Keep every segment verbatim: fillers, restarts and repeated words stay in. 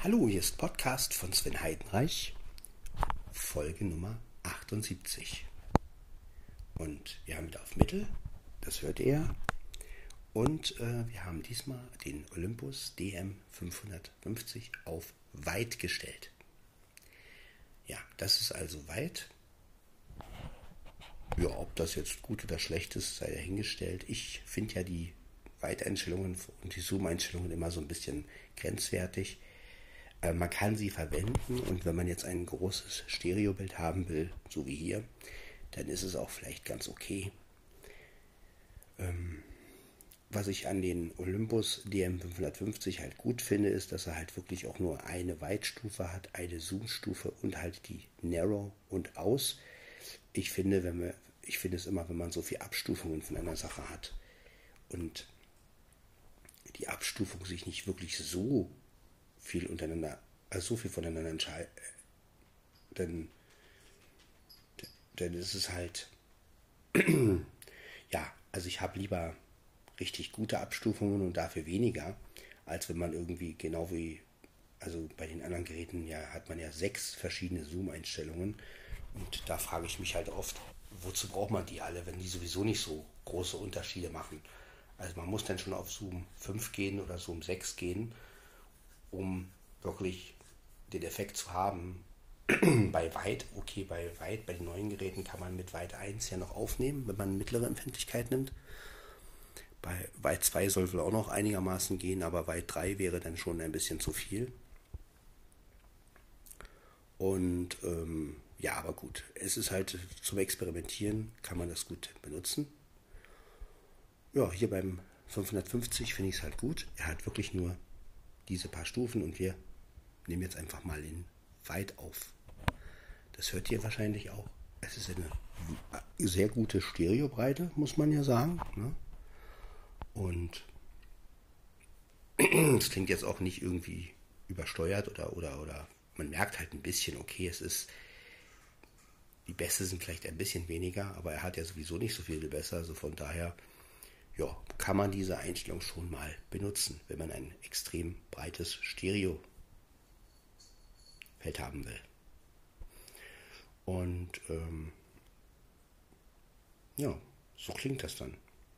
Hallo, hier ist Podcast von Sven Heidenreich, Folge Nummer achtundsiebzig. Und wir haben wieder auf Mittel, das hört ihr. Und äh, wir haben diesmal den Olympus D M fünfhundertfünfzig auf weit gestellt. Ja, das ist also weit. Ja, ob das jetzt gut oder schlecht ist, sei dahingestellt. Ich finde ja die Weiteinstellungen und die Zoom-Einstellungen immer so ein bisschen grenzwertig. Äh, man kann sie verwenden und wenn man jetzt ein großes Stereobild haben will, so wie hier, dann ist es auch vielleicht ganz okay. Ähm, was ich an den Olympus D M fünfhundertfünfzig halt gut finde, ist, dass er halt wirklich auch nur eine Weitstufe hat, eine Zoom-Stufe und halt die Narrow und Aus. Ich finde, wenn man, ich finde es immer, wenn man so viele Abstufungen von einer Sache hat und die Abstufung sich nicht wirklich so viel untereinander, also so viel voneinander entscheidet, dann, dann ist es halt, ja, also ich habe lieber richtig gute Abstufungen und dafür weniger, als wenn man irgendwie genau wie, also bei den anderen Geräten ja hat man ja sechs verschiedene Zoom-Einstellungen und da frage ich mich halt oft, wozu braucht man die alle, wenn die sowieso nicht so große Unterschiede machen. Also man muss dann schon auf Zoom fünf gehen oder Zoom sechs gehen, um wirklich den Effekt zu haben. Bei Weit, okay, bei Weit, bei den neuen Geräten kann man mit Weit eins ja noch aufnehmen, wenn man mittlere Empfindlichkeit nimmt. Bei Weit zwei soll wohl auch noch einigermaßen gehen, aber Weit drei wäre dann schon ein bisschen zu viel. Und ähm, ja, aber gut, es ist halt zum Experimentieren, kann man das gut benutzen. Ja, hier beim fünfhundertfünfzig finde ich es halt gut. Er hat wirklich nur diese paar Stufen und wir nehmen jetzt einfach mal in Weit auf. Das hört ihr wahrscheinlich auch. Es ist eine sehr gute Stereobreite, muss man ja sagen. Ne? Und es klingt jetzt auch nicht irgendwie übersteuert oder, oder, oder man merkt halt ein bisschen, okay, es ist, die Bässe sind vielleicht ein bisschen weniger, aber er hat ja sowieso nicht so viele Bässe, also von daher ja, kann man diese Einstellung schon mal benutzen, wenn man ein extrem breites Stereofeld haben will. Und ähm, ja, so klingt das dann.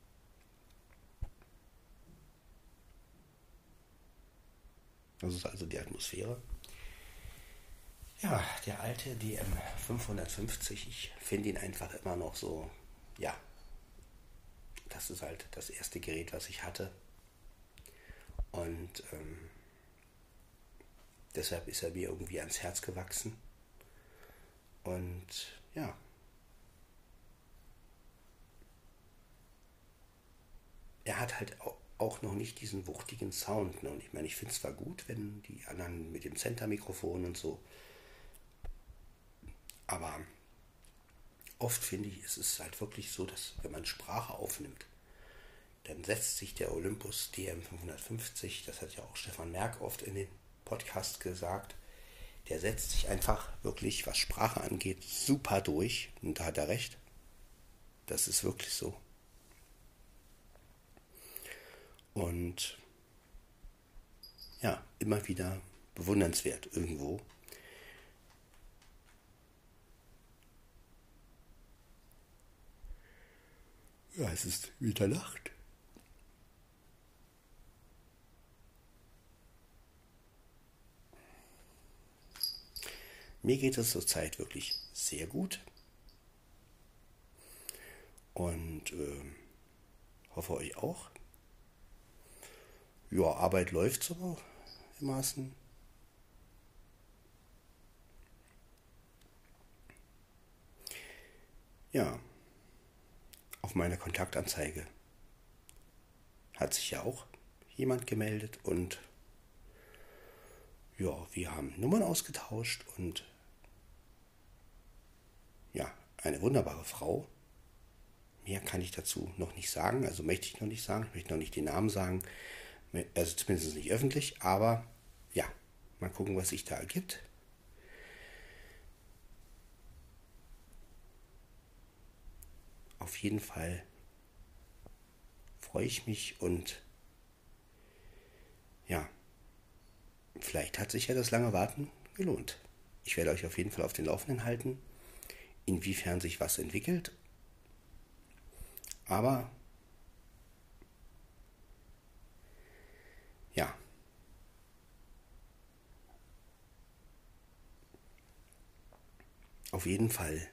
Das ist also die Atmosphäre. Ja, der alte D M fünfhundertfünfzig, ich finde ihn einfach immer noch so, ja, das ist halt das erste Gerät, was ich hatte. Und ähm, deshalb ist er mir irgendwie ans Herz gewachsen. Und ja, er hat halt auch noch nicht diesen wuchtigen Sound. Ne? Und ich meine, ich finde es zwar gut, wenn die anderen mit dem Center-Mikrofon und so, aber oft finde ich, ist es halt wirklich so, dass wenn man Sprache aufnimmt, dann setzt sich der Olympus D M fünfhundertfünfzig, das hat ja auch Stefan Merck oft in den Podcast gesagt, der setzt sich einfach wirklich, was Sprache angeht, super durch. Und da hat er recht. Das ist wirklich so. Und ja, immer wieder bewundernswert irgendwo. Ja, es ist wieder Nacht. Mir geht es zurzeit wirklich sehr gut. Und äh, hoffe euch auch. Ja, Arbeit läuft so im Maßen. Ja, auf meiner Kontaktanzeige hat sich ja auch jemand gemeldet und ja, wir haben Nummern ausgetauscht und ja, eine wunderbare Frau. Mehr kann ich dazu noch nicht sagen, also möchte ich noch nicht sagen, ich möchte noch nicht den Namen sagen, also zumindest nicht öffentlich, aber ja, mal gucken, was sich da ergibt. Auf jeden Fall freue ich mich und ja, vielleicht vielleicht hat sich ja das lange Warten gelohnt. Ich werde euch auf jeden Fall auf den Laufenden halten, inwiefern sich was entwickelt. Aber ja, auf jeden Fall,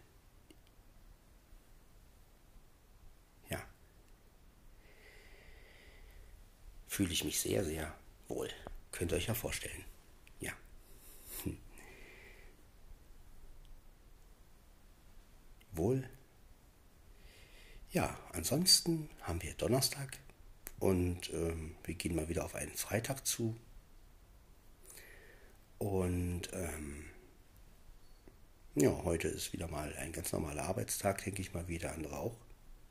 ja, fühle ich mich sehr, sehr wohl. Könnt ihr euch ja vorstellen. Ja. Hm. Wohl. Ja, ansonsten haben wir Donnerstag und ähm, wir gehen mal wieder auf einen Freitag zu. Und ähm, ja, heute ist wieder mal ein ganz normaler Arbeitstag, denke ich mal, wie der andere auch.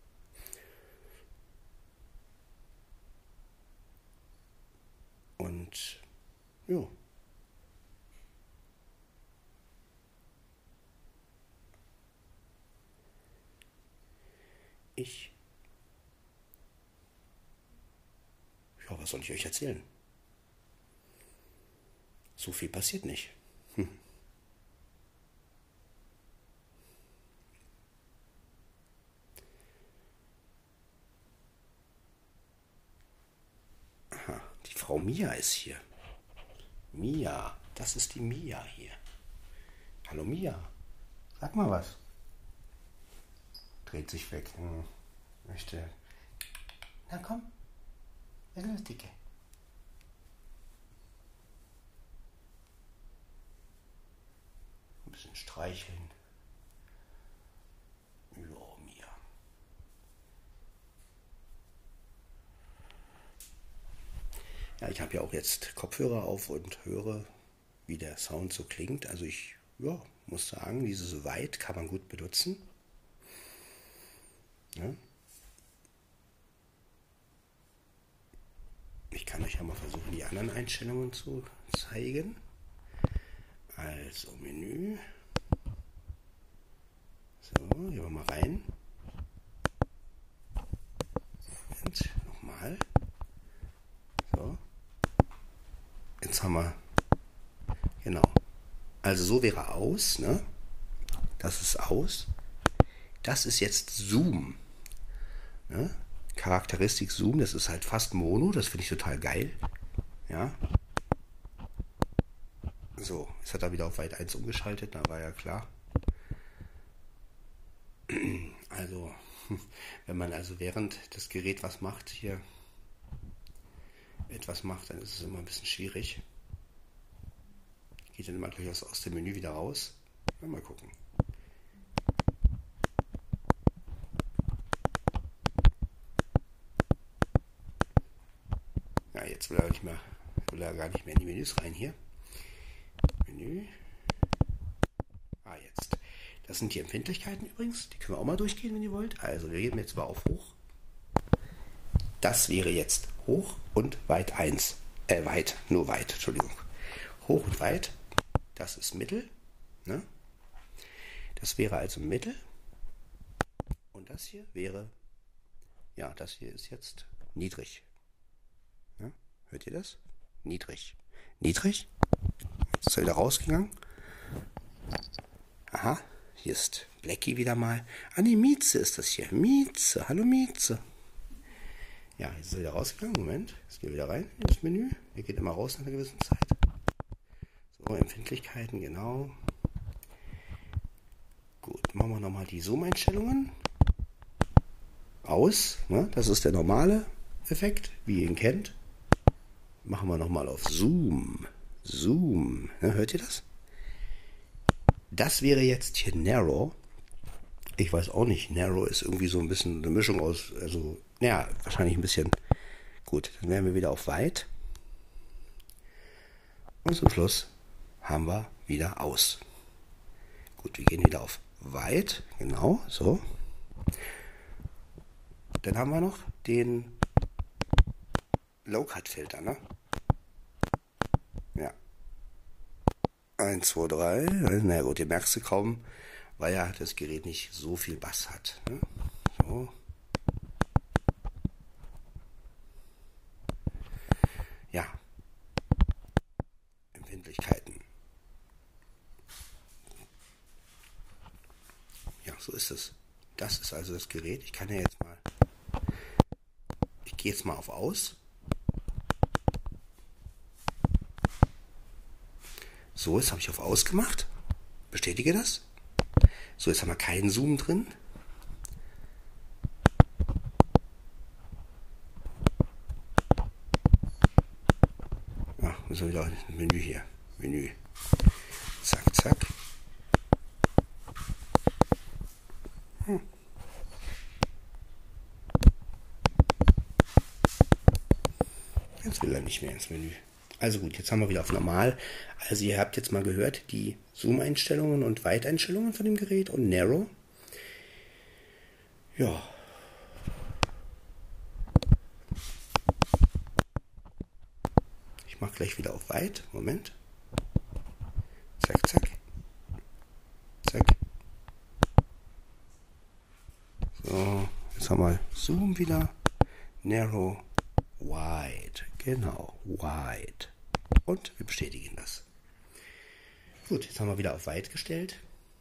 Und ja. Ich. Ja, was soll ich euch erzählen? So viel passiert nicht. Hm. Aha, die Frau Mia ist hier. Mia, das ist die Mia hier. Hallo Mia, sag mal was. Dreht sich weg. Hm. Möchte. Na komm, wer ist das Dicke? Ein bisschen streicheln. Ja, Mia. Ja, ich habe ja auch jetzt Kopfhörer auf und höre, wie der Sound so klingt. Also ich ja, muss sagen, dieses Weit kann man gut benutzen. Ja. Ich kann euch ja mal versuchen, die anderen Einstellungen zu zeigen. Also Menü. So, gehen wir mal rein. Und nochmal. So. Jetzt haben wir. Genau. Also so wäre aus, ne? Das ist aus. Das ist jetzt Zoom. Ne? Charakteristik Zoom, das ist halt fast Mono, das finde ich total geil. Ja. So, jetzt hat er wieder auf Weit eins umgeschaltet, da war ja klar. Also, wenn man also während das Gerät was macht, hier etwas macht, dann ist es immer ein bisschen schwierig. Geht dann immer gleich aus, aus dem Menü wieder raus. Mal gucken. Ja, jetzt will er, nicht mehr, will er gar nicht mehr in die Menüs rein hier. Menü. Ah, jetzt. Das sind die Empfindlichkeiten übrigens. Die können wir auch mal durchgehen, wenn ihr wollt. Also, wir geben jetzt mal auf hoch. Das wäre jetzt hoch und weit eins. Äh, weit, nur weit, Entschuldigung. Hoch und weit. Das ist Mittel. Ne? Das wäre also Mittel. Und das hier wäre, ja, das hier ist jetzt niedrig. Ja? Hört ihr das? Niedrig. Niedrig. Jetzt ist er wieder rausgegangen. Aha, hier ist Blackie wieder mal. Ah, nee, Mieze ist das hier. Mieze, hallo Mieze. Ja, jetzt ist er wieder rausgegangen. Moment, jetzt gehen wir wieder rein in das Menü. Er geht immer raus nach einer gewissen Zeit. So, Empfindlichkeiten, genau. Gut, machen wir nochmal die Zoom-Einstellungen. Aus, ne? Das ist der normale Effekt, wie ihr ihn kennt. Machen wir nochmal auf Zoom. Zoom, ne? Hört ihr das? Das wäre jetzt hier Narrow. Ich weiß auch nicht, Narrow ist irgendwie so ein bisschen eine Mischung aus, also, ja, wahrscheinlich ein bisschen. Gut, dann wären wir wieder auf Weit. Und zum Schluss haben wir wieder Aus. Gut, wir gehen wieder auf Weit, genau, so. Dann haben wir noch den Low-Cut-Filter, ne? Ja. eins, zwei, drei. Na gut, ihr merkst du kaum, weil ja das Gerät nicht so viel Bass hat. Ne? So. Ja. Befindlichkeiten. Ja, so ist es. Das ist also das Gerät. Ich kann ja jetzt mal, ich gehe jetzt mal auf Aus. So, jetzt habe ich auf Aus gemacht. Bestätige das. So, jetzt haben wir keinen Zoom drin. Ja, müssen wir wieder ein Menü hier. Menü. Zack, zack. Hm. Jetzt will er nicht mehr ins Menü. Also gut, jetzt haben wir wieder auf Normal. Also ihr habt jetzt mal gehört, die Zoom-Einstellungen und Weiteinstellungen von dem Gerät und Narrow. Ja. Ich mache gleich wieder auf Weit. Moment. Zack, zack. Zack. So, jetzt haben wir Zoom wieder. Narrow. Wide. Genau, wide. Und wir bestätigen das. Gut, jetzt haben wir wieder auf weit gestellt.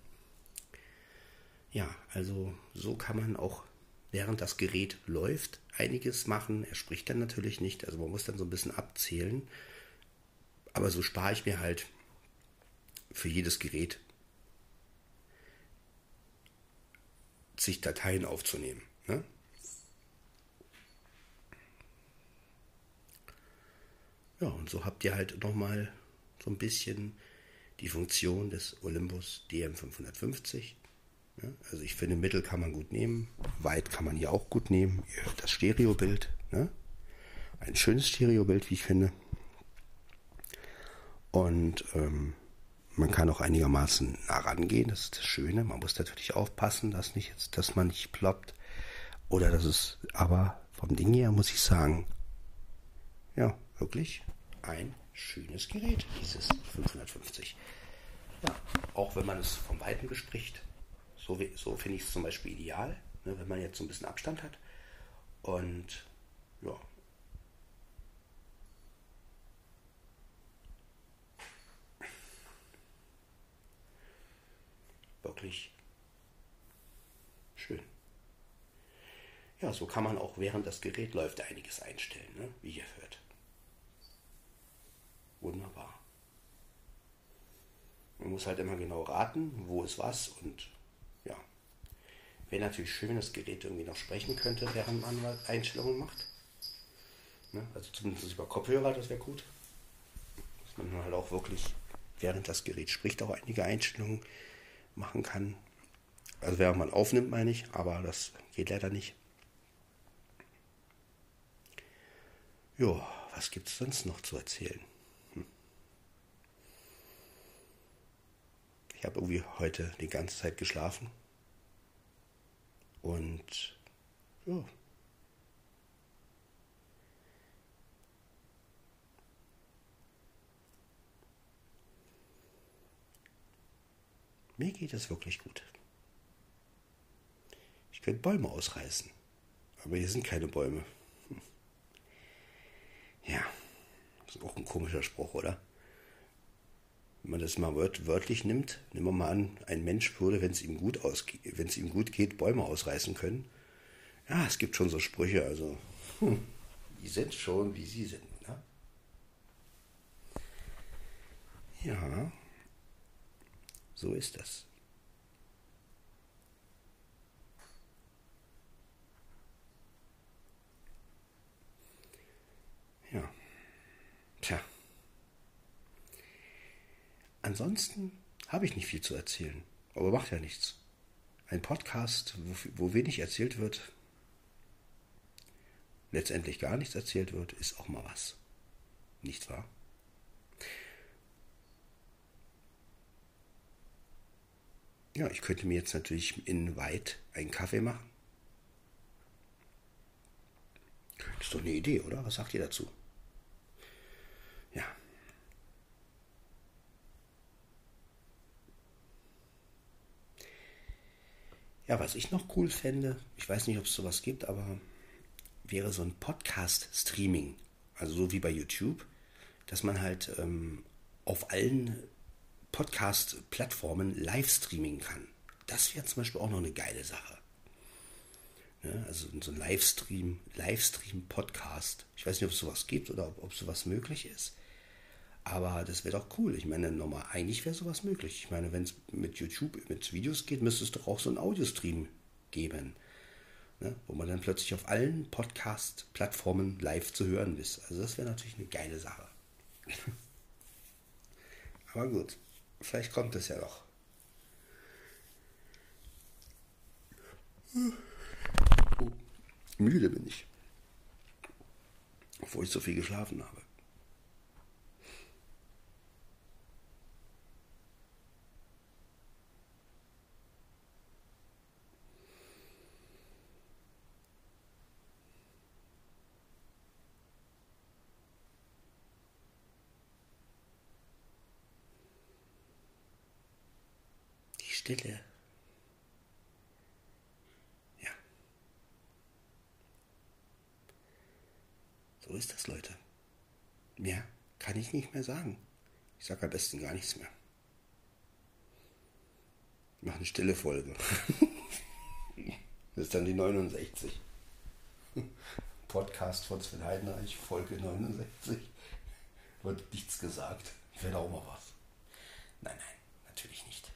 Ja, also so kann man auch, während das Gerät läuft, einiges machen. Er spricht dann natürlich nicht, also man muss dann so ein bisschen abzählen. Aber so spare ich mir halt für jedes Gerät zig Dateien aufzunehmen. Ne? Ja, und so habt ihr halt nochmal so ein bisschen die Funktion des Olympus D M fünfhundertfünfzig. Ja, also ich finde, Mittel kann man gut nehmen, weit kann man hier auch gut nehmen. Ihr hört das Stereobild. Ne? Ein schönes Stereobild, wie ich finde. Und ähm, man kann auch einigermaßen nah rangehen, das ist das Schöne. Man muss natürlich aufpassen, dass, nicht jetzt, dass man nicht ploppt. Oder dass es, aber vom Ding her muss ich sagen, ja, wirklich ein schönes Gerät, dieses fünfhundertfünfzig. Ja, auch wenn man es vom Weiten bespricht, so, so finde ich es zum Beispiel ideal, ne, wenn man jetzt so ein bisschen Abstand hat. Und ja, wirklich schön. Ja, so kann man auch während das Gerät läuft einiges einstellen, ne, wie ihr hört. Wunderbar. Man muss halt immer genau raten, wo ist was und ja. Wäre natürlich schön, wenn das Gerät irgendwie noch sprechen könnte, während man Einstellungen macht. Ne? Also zumindest über Kopfhörer, das wäre gut. Dass man halt auch wirklich, während das Gerät spricht, auch einige Einstellungen machen kann. Also während man aufnimmt, meine ich, aber das geht leider nicht. Jo, was gibt es sonst noch zu erzählen? Ich habe irgendwie heute die ganze Zeit geschlafen. Und ja. Mir geht es wirklich gut. Ich könnte Bäume ausreißen. Aber hier sind keine Bäume. Hm. Ja, das ist auch ein komischer Spruch, oder? Wenn man das mal wört, wörtlich nimmt, nehmen wir mal an, ein Mensch würde, wenn es ihm gut ausge- wenn es ihm gut geht, Bäume ausreißen können. Ja, es gibt schon so Sprüche, also hm, die sind schon, wie sie sind. Ne? Ja, so ist das. Ja, tja. Ansonsten habe ich nicht viel zu erzählen, aber macht ja nichts. Ein Podcast, wo, wo wenig erzählt wird, letztendlich gar nichts erzählt wird, ist auch mal was. Nicht wahr? Ja, ich könnte mir jetzt natürlich in Weit einen Kaffee machen. Das ist doch eine Idee, oder? Was sagt ihr dazu? Ja. Ja, was ich noch cool fände, ich weiß nicht, ob es sowas gibt, aber wäre so ein Podcast-Streaming. Also so wie bei YouTube, dass man halt ähm, auf allen Podcast-Plattformen live streamen kann. Das wäre zum Beispiel auch noch eine geile Sache. Ne? Also so ein Livestream, Livestream-Podcast. Ich weiß nicht, ob es sowas gibt oder ob, ob sowas möglich ist. Aber das wäre doch cool. Ich meine, normal, eigentlich wäre sowas möglich. Ich meine, wenn es mit YouTube, mit Videos geht, müsste es doch auch so einen Audiostream geben. Ne? Wo man dann plötzlich auf allen Podcast-Plattformen live zu hören ist. Also das wäre natürlich eine geile Sache. Aber gut, vielleicht kommt es ja noch. Oh, müde bin ich. Obwohl ich so viel geschlafen habe. Die Stille. Ja. So ist das, Leute. Mehr kann ich nicht mehr sagen. Ich sage am besten gar nichts mehr. Ich mache eine stille Folge. Das ist dann die neunundsechzig. Podcast von Sven Heidenreich, Folge neunundsechzig. Wird nichts gesagt. Ich werde auch mal was. Nein, nein, natürlich nicht.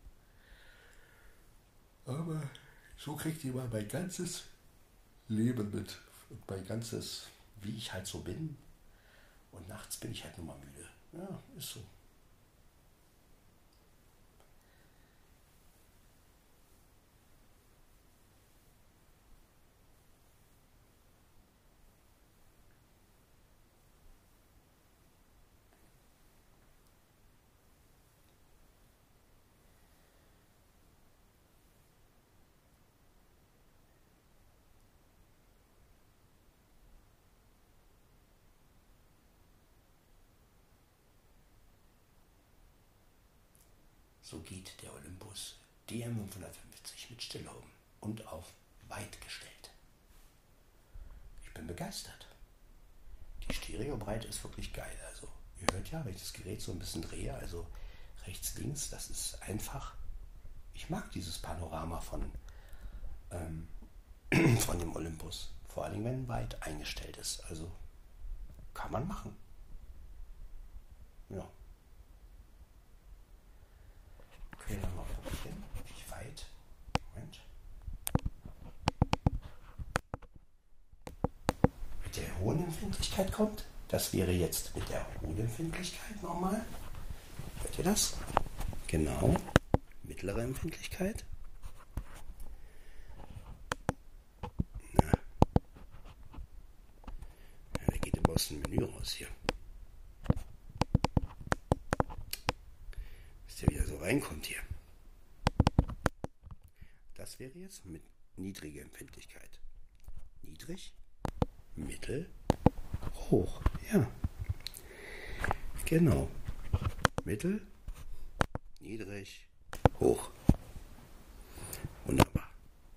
Aber so kriegt ihr mal mein ganzes Leben mit. Und mein ganzes, wie ich halt so bin. Und nachts bin ich halt nur mal müde. Ja, ist so. So geht der Olympus D M fünfhundertfünfzig mit Stille um und auf weit gestellt. Ich bin begeistert. Die Stereobreite ist wirklich geil. Also ihr hört ja, wenn ich das Gerät so ein bisschen drehe, also rechts, links, das ist einfach. Ich mag dieses Panorama von, ähm, von dem Olympus. Vor allem, wenn weit eingestellt ist. Also kann man machen. Ja. Okay, dann mal probieren, wie weit. Moment. Mit der hohen Empfindlichkeit kommt. Das wäre jetzt mit der hohen Empfindlichkeit nochmal. Hört ihr das? Genau. Mittlere Empfindlichkeit. Na. Ja, der geht immer aus dem Menü raus hier. Der wieder so reinkommt hier. Das wäre jetzt mit niedriger Empfindlichkeit. Niedrig, mittel, hoch. Ja. Genau. Mittel, niedrig, hoch. Wunderbar.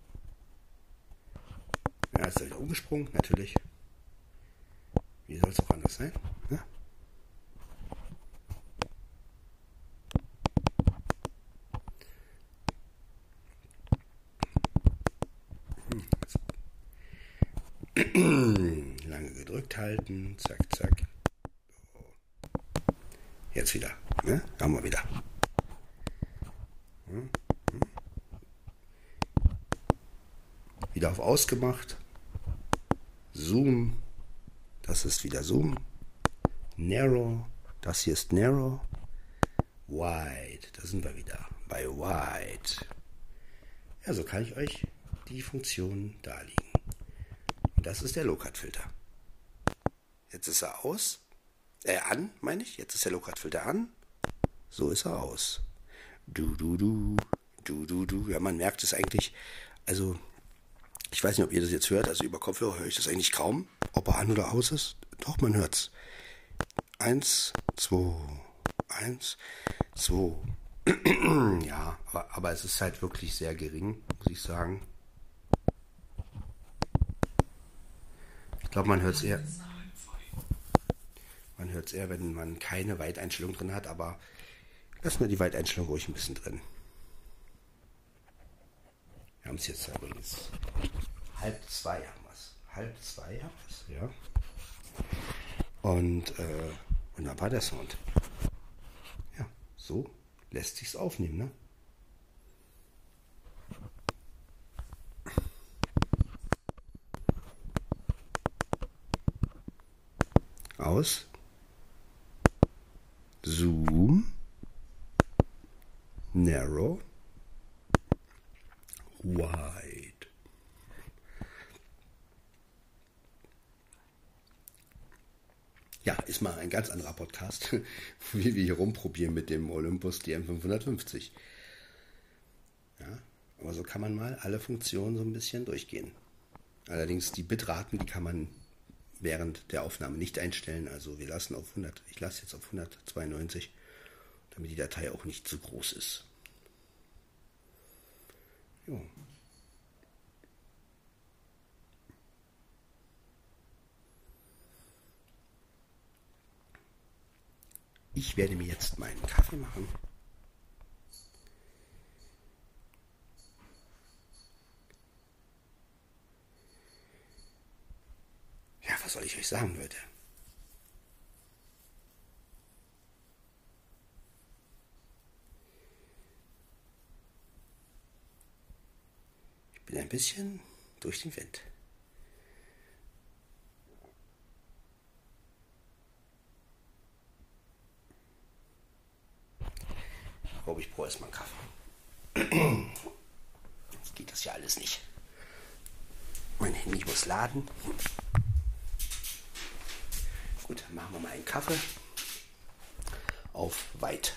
Ja, jetzt ist er wieder umgesprungen, natürlich. Wie soll es auch anders sein? Ja? Lange gedrückt halten, zack, zack. So. Jetzt wieder, ne? Haben wir wieder. Hm, hm. Wieder auf ausgemacht. Zoom, das ist wieder Zoom. Narrow, das hier ist Narrow. Wide, da sind wir wieder bei Wide. Ja, so kann ich euch die Funktionen darlegen. Das ist der Low-Cut-Filter. Jetzt ist er aus. Äh, an, meine ich. Jetzt ist der Low-Cut-Filter an. So ist er aus. Du, du, du. Du, du, du. Ja, man merkt es eigentlich. Also, ich weiß nicht, ob ihr das jetzt hört. Also, über Kopfhörer höre ich das eigentlich kaum. Ob er an oder aus ist. Doch, man hört's. Eins, zwei, eins, zwei. Ja, aber, aber es ist halt wirklich sehr gering, muss ich sagen. Ich glaube, man hört es eher, Man hört es eher, wenn man keine Weiteinstellung drin hat, aber lassen wir die Weiteinstellung ruhig ein bisschen drin. Wir haben es jetzt übrigens halb zwei haben wir es. Halb zwei haben wir es, ja. Und äh, wunderbar der Sound. Ja, so lässt sich's aufnehmen, ne? Aus. Zoom. Narrow. Wide. Ja, ist mal ein ganz anderer Podcast, wie wir hier rumprobieren mit dem Olympus D M fünfhundertfünfzig. Ja, aber so kann man mal alle Funktionen so ein bisschen durchgehen. Allerdings die Bitraten, die kann man während der Aufnahme nicht einstellen. Also wir lassen auf hundert, ich lasse jetzt auf hundertzweiundneunzig, damit die Datei auch nicht zu groß ist. Jo. Ich werde mir jetzt meinen Kaffee machen. Ja, was soll ich euch sagen, Leute? Ich bin ein bisschen durch den Wind. Ich glaube, ich brauche erstmal einen Kaffee. Jetzt geht das ja alles nicht. Mein Handy muss laden. Gut, dann machen wir mal einen Kaffee auf weit.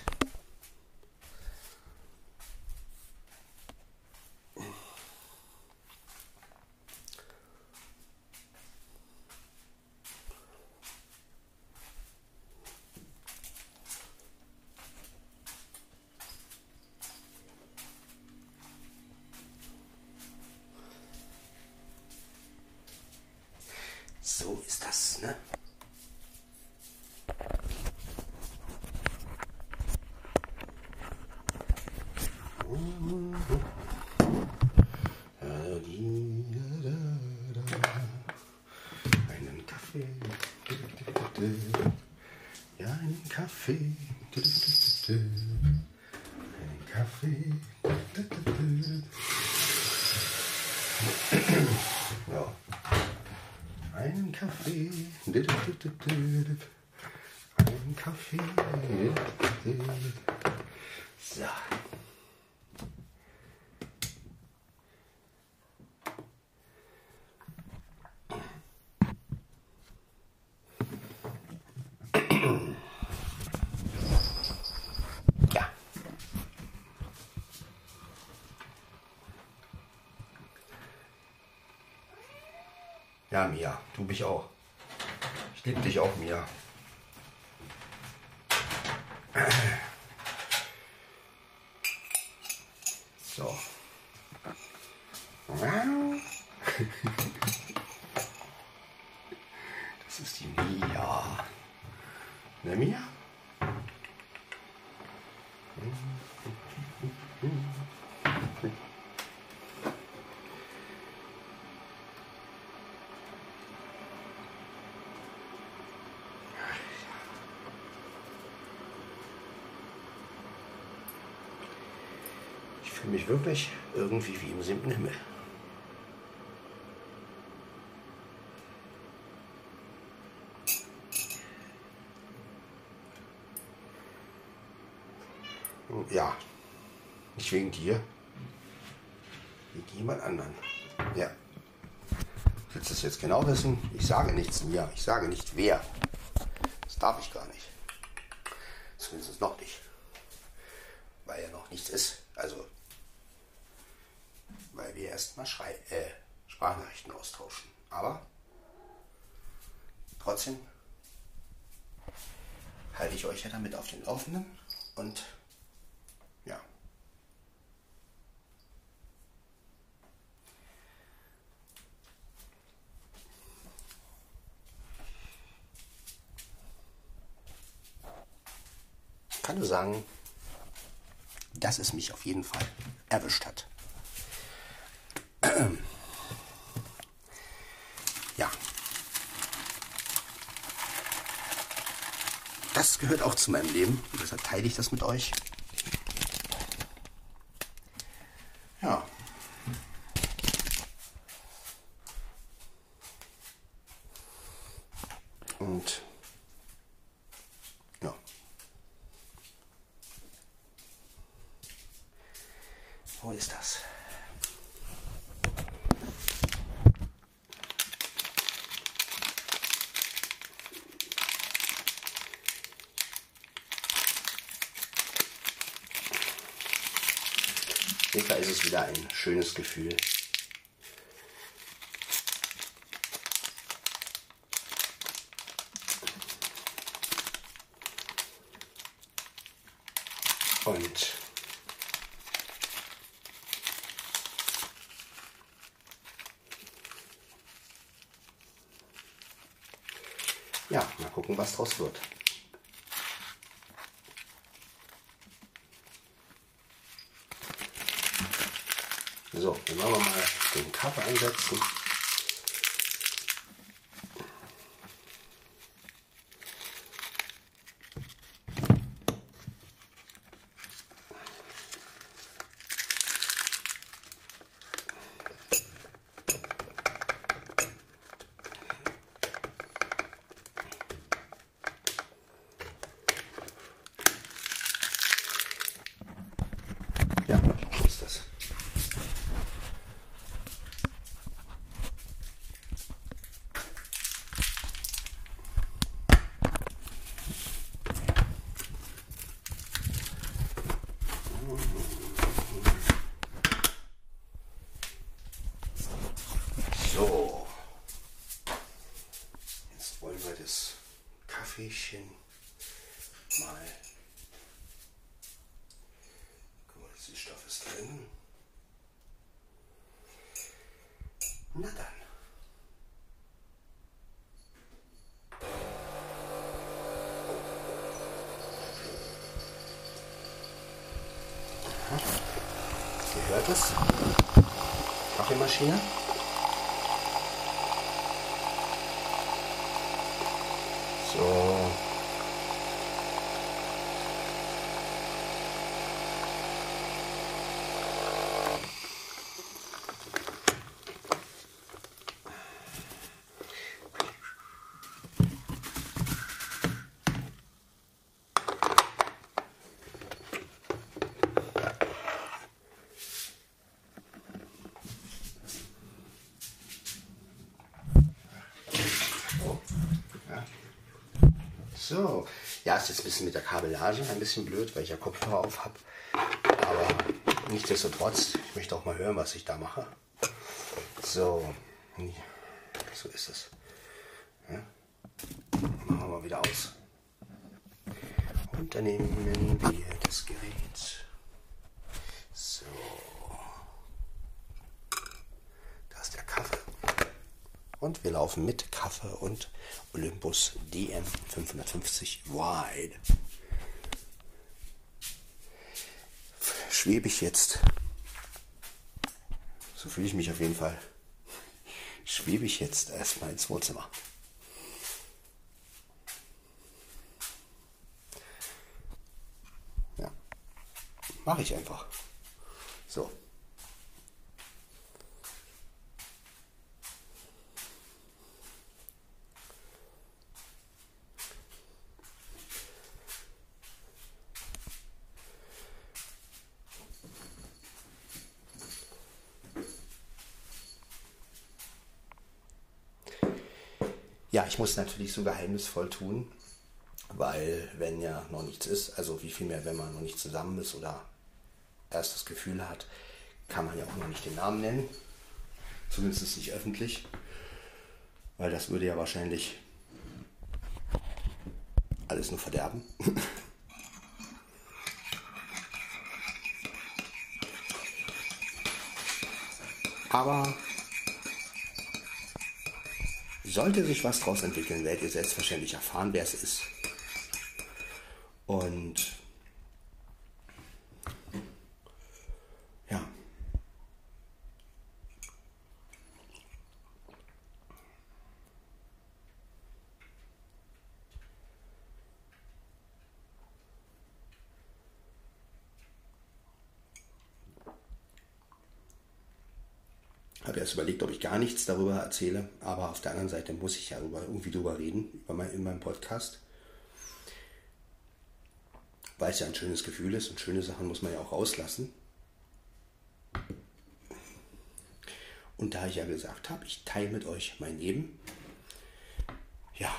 So ist das, ne? Einen Kaffee. Ja, einen Kaffee. Einen Kaffee. Ja. Einen Kaffee. Einen Kaffee. So. Ja. Ja, Mia, du mich auch. Ich liebe dich auch, Mia. So. Das ist die Mia. Ne, Mia? Ich fühle mich wirklich irgendwie wie im siebten Himmel. Ja, nicht wegen dir, wegen jemand anderen. Ja. Willst du es jetzt genau wissen? Ich sage nichts mir, ich sage nicht wer. Das darf ich gar nicht. Zumindest noch nicht. Weil ja noch nichts ist. Also, weil wir erstmal Schrei äh, Sprachnachrichten austauschen. Aber trotzdem halte ich euch ja damit auf den Laufenden und ja. kann nur sagen, dass es mich auf jeden Fall erwischt hat. Ja. Das gehört auch zu meinem Leben und deshalb teile ich das mit euch. Ja. Und ja. Wo ist das? Auf jeden Fall ist es wieder ein schönes Gefühl. Und ja, mal gucken, was draus wird. So, dann wollen wir mal den Kaffee einsetzen. Ja, so ist das. So, jetzt wollen wir das Kaffeechen mal, guck mal, der Süßstoff ist drin. Na dann. Aha. Ihr hört es? Kaffeemaschine. So. So, ja, ist jetzt ein bisschen mit der Kabellage ein bisschen blöd, weil ich ja Kopfhörer auf habe. Aber nichtsdestotrotz, ich möchte auch mal hören, was ich da mache. So, so ist es. Ja. Machen wir mal wieder aus. Und dann nehmen wir das Gerät. So. Da ist der Kaffee. Und wir laufen mit Kaffee und Olympus D M fünfhundertfünfzig Wide. Schwebe ich jetzt, so fühle ich mich auf jeden Fall, schwebe ich jetzt erstmal ins Wohnzimmer. Ja, mache ich einfach. So. Ja, ich muss natürlich so geheimnisvoll tun, weil wenn ja noch nichts ist, also wie viel mehr, wenn man noch nicht zusammen ist oder erst das Gefühl hat, kann man ja auch noch nicht den Namen nennen, zumindest nicht öffentlich, weil das würde ja wahrscheinlich alles nur verderben. Aber sollte sich was daraus entwickeln, werdet ihr selbstverständlich erfahren, wer es ist. Und habe erst überlegt, ob ich gar nichts darüber erzähle, aber auf der anderen Seite muss ich ja irgendwie drüber reden, über mein, in meinem Podcast. Weil es ja ein schönes Gefühl ist und schöne Sachen muss man ja auch rauslassen. Und da ich ja gesagt habe, ich teile mit euch mein Leben, ja,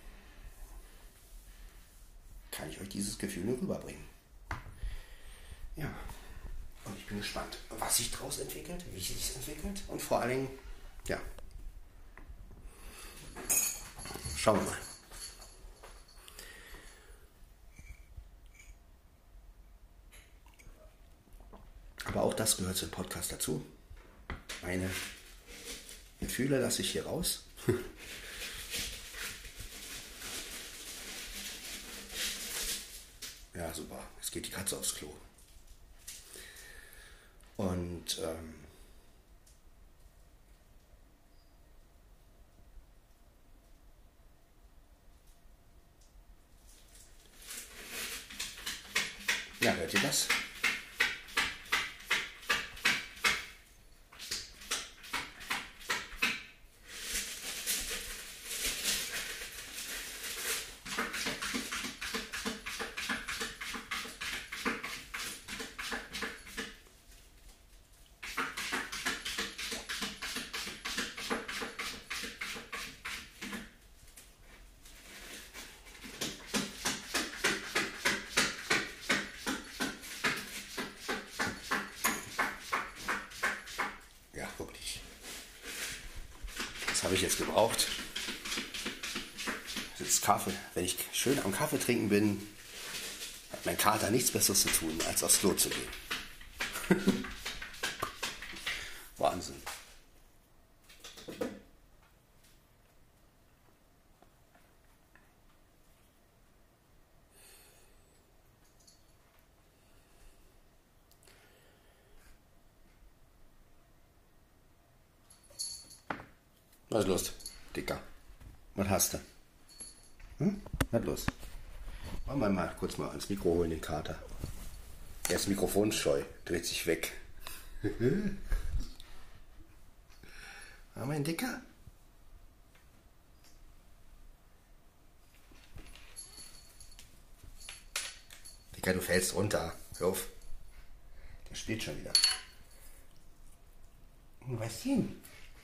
kann ich euch dieses Gefühl nur rüberbringen. Ja, und ich bin gespannt, was sich daraus entwickelt, wie sich es entwickelt und vor allen Dingen, ja, schauen wir mal. Aber auch das gehört zum Podcast dazu. Meine Gefühle lasse ich hier raus. Ja, super. Jetzt geht die Katze aufs Klo. Und ähm, ja, hört ihr das? Das habe ich jetzt gebraucht. Jetzt Kaffee. Wenn ich schön am Kaffee trinken bin, hat mein Kater nichts Besseres zu tun, als aufs Klo zu gehen. Wahnsinn. Was ist los, Dicker? Was hast du? Hm? Was ist los? Wollen wir mal kurz mal ans Mikro holen, den Kater. Er ist mikrofonscheu, dreht sich weg. Ah, mein Dicker? Dicker, du fällst runter. Hör auf. Der spielt schon wieder. Was hin?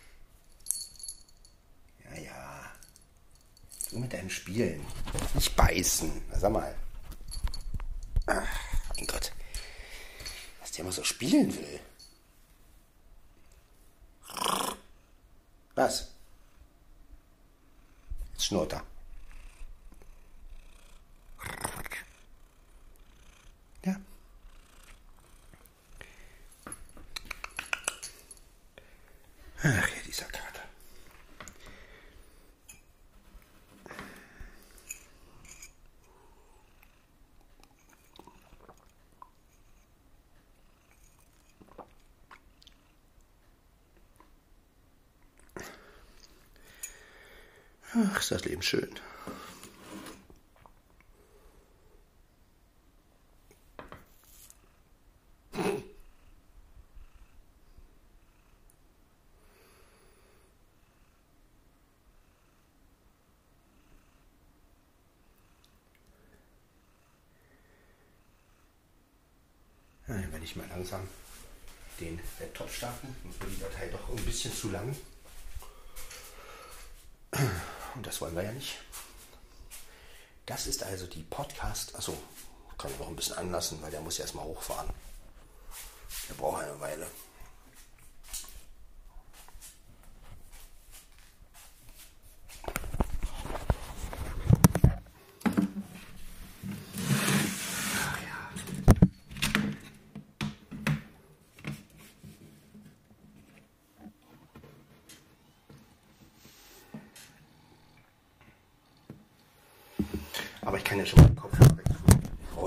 Ja, ja. Du mit deinen Spielen. Nicht beißen. Na, sag mal. Ach, mein Gott. Was der immer so spielen will. Was? Jetzt schnurrt er. Ja. Ach ja, dieser Kater. Ach, ist das Leben schön. Ja, dann werde ich mal langsam den Laptop starten. Sonst wird die Datei doch ein bisschen zu lang. Und das wollen wir ja nicht. Das ist also die Podcast. Achso, kann ich noch ein bisschen anlassen, weil der muss ja erstmal hochfahren. Der braucht eine Weile. Ach ja. Aber ich kann ja schon mal den Kopf